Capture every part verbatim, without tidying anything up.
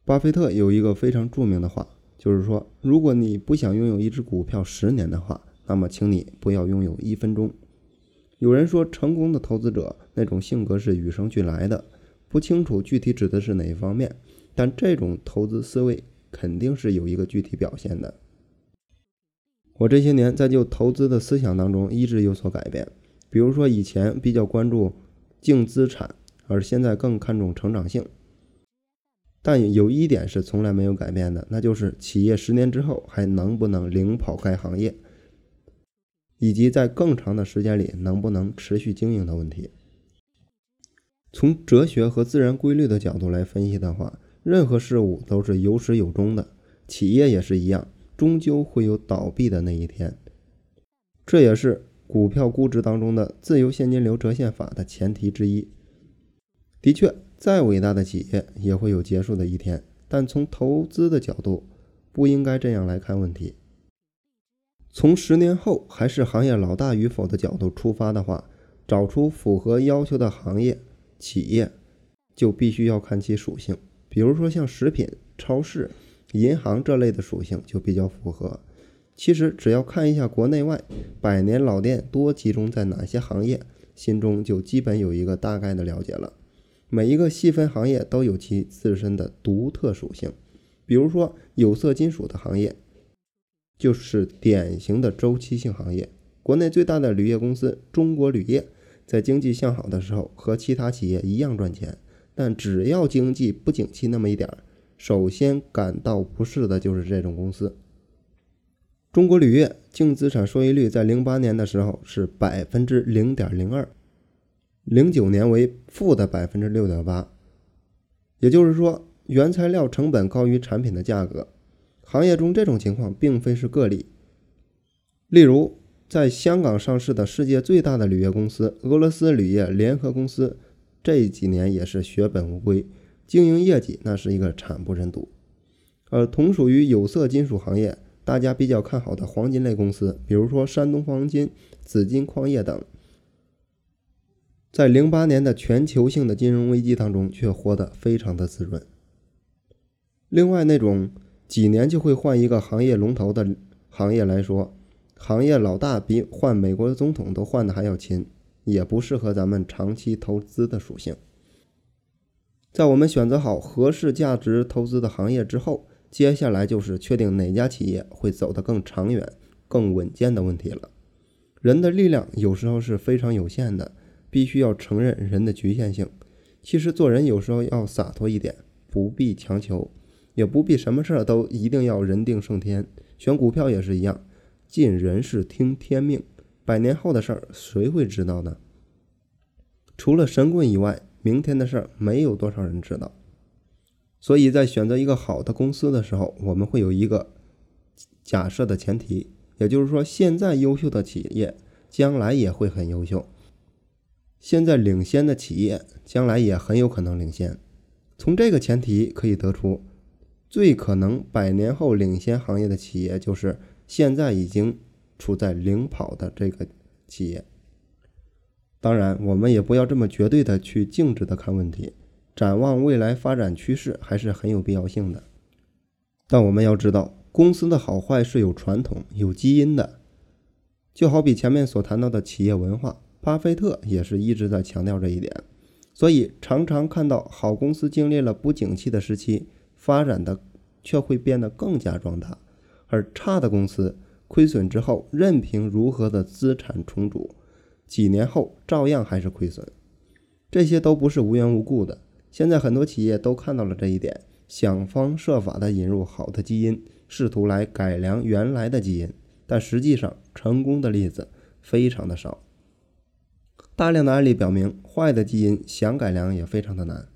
巴菲特有一个非常著名的话，就是说，如果你不想拥有一只股票十年的话，那么请你不要拥有一分钟。有人说，成功的投资者那种性格是与生俱来的，不清楚具体指的是哪一方面，但这种投资思维肯定是有一个具体表现的。我这些年在就投资的思想当中一直有所改变，比如说以前比较关注净资产，而现在更看重成长性。但有一点是从来没有改变的，那就是企业十年之后还能不能领跑该行业，以及在更长的时间里能不能持续经营的问题。从哲学和自然规律的角度来分析的话，任何事物都是有始有终的，企业也是一样，终究会有倒闭的那一天。这也是股票估值当中的自由现金流折现法的前提之一。的确，再伟大的企业也会有结束的一天，但从投资的角度，不应该这样来看问题。从十年后还是行业老大与否的角度出发的话，找出符合要求的行业企业，就必须要看其属性。比如说像食品、超市、银行这类的属性就比较符合。其实只要看一下国内外百年老店多集中在哪些行业，心中就基本有一个大概的了解了。每一个细分行业都有其自身的独特属性，比如说有色金属的行业就是典型的周期性行业。国内最大的铝业公司中国铝业在经济向好的时候和其他企业一样赚钱，但只要经济不景气那么一点，首先感到不适的就是这种公司。中国铝业净资产收益率在零八年的时候是 百分之零点零二，零九年为负的 百分之六点八， 也就是说原材料成本高于产品的价格。行业中这种情况并非是个例，例如在香港上市的世界最大的铝业公司俄罗斯铝业联合公司，这几年也是血本无归，经营业绩那是一个惨不忍睹。而同属于有色金属行业，大家比较看好的黄金类公司，比如说山东黄金、紫金矿业等，在零八年的全球性的金融危机当中却活得非常的滋润。另外那种几年就会换一个行业龙头的行业来说，行业老大比换美国的总统都换的还要勤，也不适合咱们长期投资的属性。在我们选择好合适价值投资的行业之后，接下来就是确定哪家企业会走得更长远、更稳健的问题了。人的力量有时候是非常有限的，必须要承认人的局限性。其实做人有时候要洒脱一点，不必强求，也不必什么事都一定要人定胜天。选股票也是一样，尽人事听天命，百年后的事儿谁会知道呢？除了神棍以外，明天的事儿没有多少人知道。所以在选择一个好的公司的时候，我们会有一个假设的前提，也就是说现在优秀的企业将来也会很优秀，现在领先的企业将来也很有可能领先。从这个前提可以得出，最可能百年后领先行业的企业就是现在已经处在领跑的这个企业。当然我们也不要这么绝对的去静止的看问题，展望未来发展趋势还是很有必要性的。但我们要知道，公司的好坏是有传统有基因的，就好比前面所谈到的企业文化，巴菲特也是一直在强调这一点。所以常常看到好公司经历了不景气的时期，发展的却会变得更加壮大，而差的公司亏损之后任凭如何的资产重组，几年后照样还是亏损。这些都不是无缘无故的，现在很多企业都看到了这一点，想方设法的引入好的基因，试图来改良原来的基因，但实际上成功的例子非常的少。大量的案例表明，坏的基因想改良也非常的难。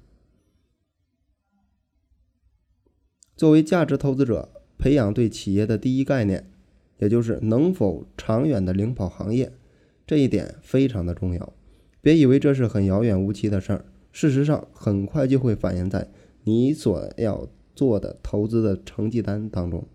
作为价值投资者，培养对企业的第一概念，也就是能否长远的领跑行业，这一点非常的重要。别以为这是很遥远无期的事儿，事实上很快就会反映在你所要做的投资的成绩单当中。